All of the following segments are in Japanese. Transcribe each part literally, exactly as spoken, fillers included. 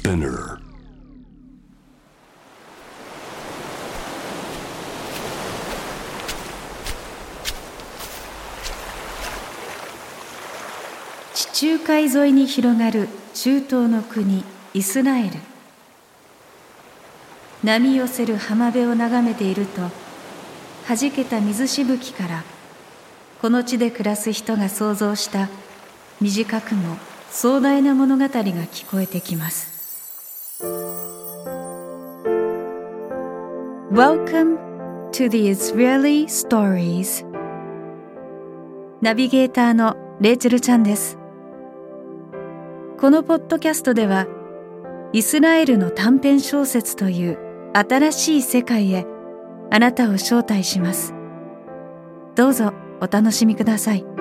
Spinner. 地中海沿いに広がる中東の国イスラエル。波寄せる浜辺を眺めていると、弾けた水しぶきからこの地で暮らす人が想像した短くも壮大な物語が聞こえてきます。 Welcome to the Israeli Stories。 ナビゲーターのレイチェルちゃんです。このポッドキャストでは、イスラエルの短編小説という新しい世界へあなたを招待します。どうぞお楽しみください。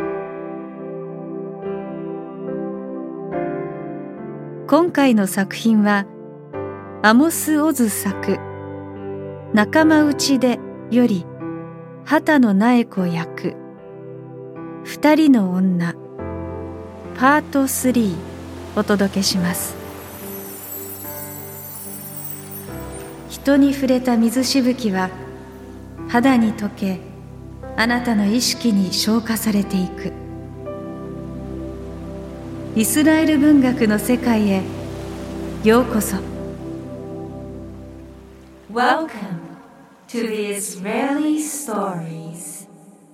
今回の作品はアモス・オズ作仲間内でより畑野苗子役二人の女パートスリーお届けします。人に触れた水しぶきは肌に溶け、あなたの意識に昇華されていく。イスラエル文学の世界へようこそ。 Welcome to the Israeli Stories。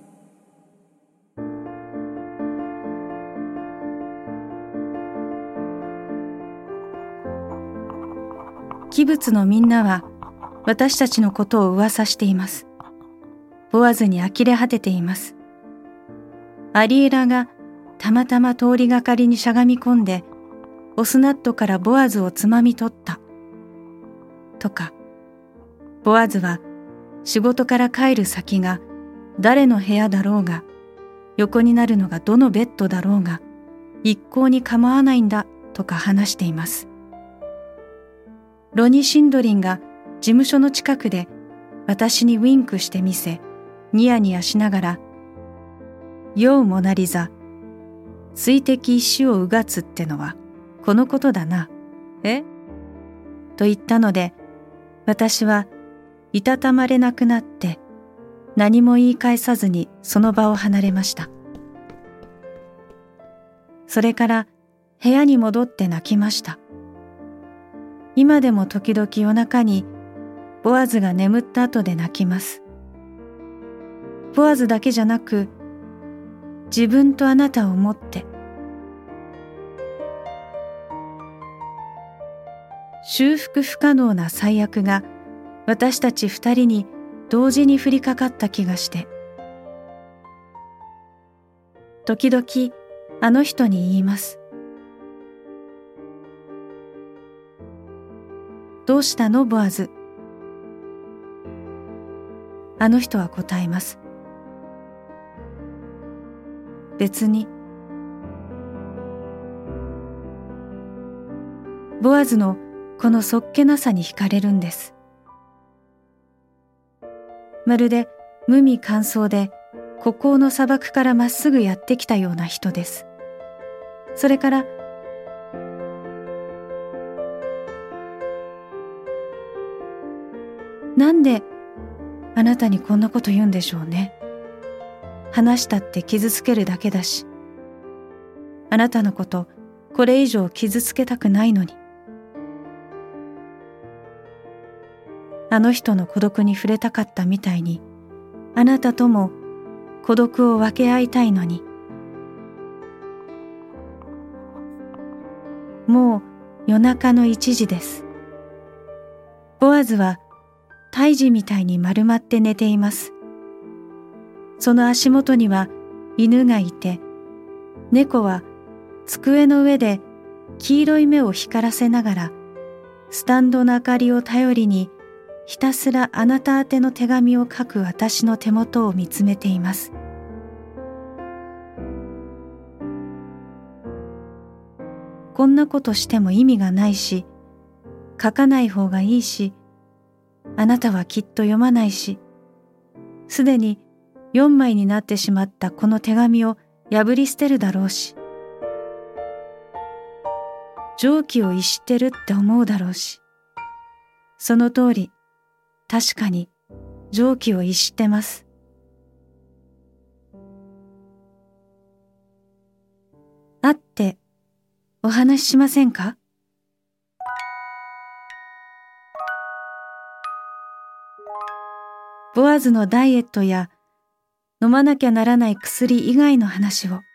キブツのみんなは私たちのことを噂しています。ボアズに呆れ果てています。アリエラがたまたま通りがかりにしゃがみ込んでオスナットからボアズをつまみ取ったとか、ボアズは仕事から帰る先が誰の部屋だろうが、横になるのがどのベッドだろうが一向に構わないんだとか話しています。ロニ・シンドリンが事務所の近くで私にウィンクしてみせ、ニヤニヤしながら、ようモナリザ、水滴石をうがつってのはこのことだな、えと言ったので、私はいたたまれなくなって何も言い返さずにその場を離れました。それから部屋に戻って泣きました。今でも時々夜中にボアズが眠った後で泣きます。ボアズだけじゃなく、自分とあなたを思って。修復不可能な災悪が私たち二人に同時に降りかかった気がして、時々あの人に言います。どうしたのボアズ。あの人は答えます。別に。ボアズのこのそっけなさに惹かれるんです。まるで無味乾燥で孤高の砂漠からまっすぐやってきたような人です。それからなんであなたにこんなこと言うんでしょうね。話したって傷つけるだけだし、あなたのことこれ以上傷つけたくないのに。あの人の孤独に触れたかったみたいに、あなたとも孤独を分け合いたいのに。もう夜中の一時です。ボアズは胎児みたいに丸まって寝ています。その足元には犬がいて、猫は机の上で黄色い目を光らせながら、スタンドの明かりを頼りにひたすらあなた宛ての手紙を書く私の手元を見つめています。こんなことしても意味がないし、書かない方がいいし、あなたはきっと読まないし、すでによんまいになってしまったこの手紙を破り捨てるだろうし。 常軌を逸してるって思うだろうし、その通り、確かに常軌を逸してます。会ってお話ししませんか？ボアズのダイエットや飲まなきゃならない薬以外の話を。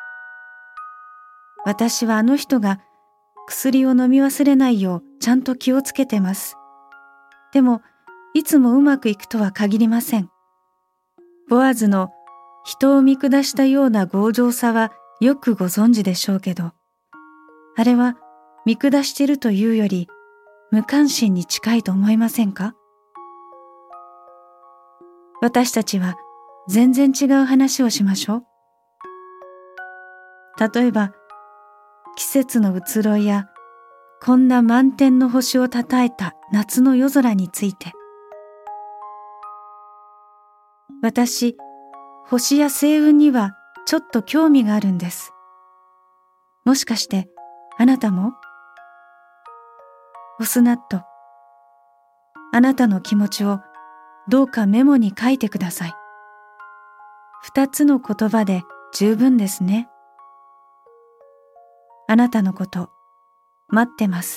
私はあの人が薬を飲み忘れないようちゃんと気をつけてます。でも、いつもうまくいくとは限りません。ボアズの人を見下したような強情さはよくご存知でしょうけど、あれは見下してるというより無関心に近いと思いませんか？私たちは全然違う話をしましょう。例えば、季節の移ろいやこんな満天の星をたたえた夏の夜空について。私、星や星雲にはちょっと興味があるんです。もしかしてあなたも？オスナット、あなたの気持ちをどうかメモに書いてください。二つの言葉で十分ですね。あなたのこと待ってます。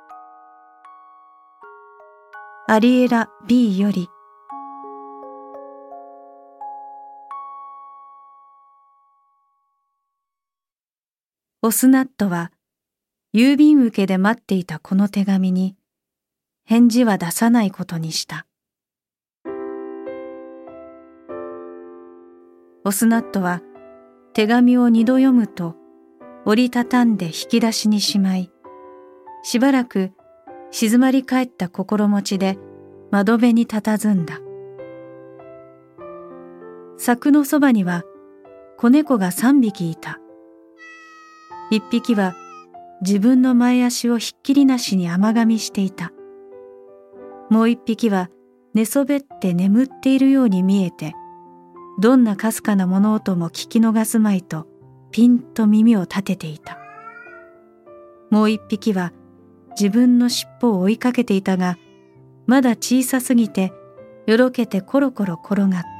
アリエラ B より。オスナットは郵便受けで待っていたこの手紙に返事は出さないことにした。オスナットは手紙を二度読むと折りたたんで引き出しにしまい、しばらく静まり返った心持ちで窓辺に佇んだ。柵のそばには子猫が三匹いた。一匹は自分の前足をひっきりなしに甘噛みしていた。もう一匹は寝そべって眠っているように見えて、どんなかすかな物音も聞き逃すまいとピンと耳を立てていた。もう一匹は自分の尻尾を追いかけていたが、まだ小さすぎてよろけてコロコロ転がった。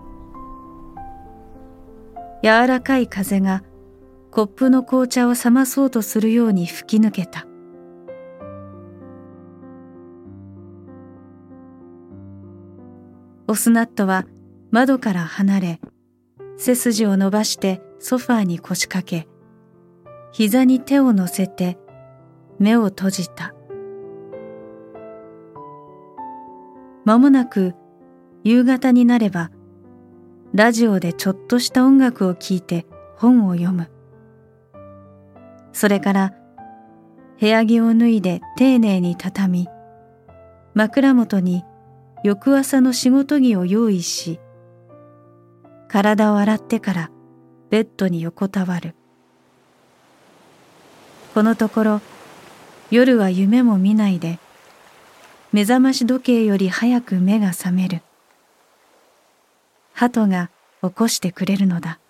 柔らかい風がコップの紅茶を冷まそうとするように吹き抜けた。オスナットは窓から離れ、背筋を伸ばしてソファーに腰掛け、膝に手を乗せて目を閉じた。間もなく夕方になれば、ラジオでちょっとした音楽を聴いて本を読む。それから部屋着を脱いで丁寧に畳み、枕元に翌朝の仕事着を用意し、体を洗ってからベッドに横たわる。このところ夜は夢も見ないで、目覚まし時計より早く目が覚める。鳩が起こしてくれるのだ。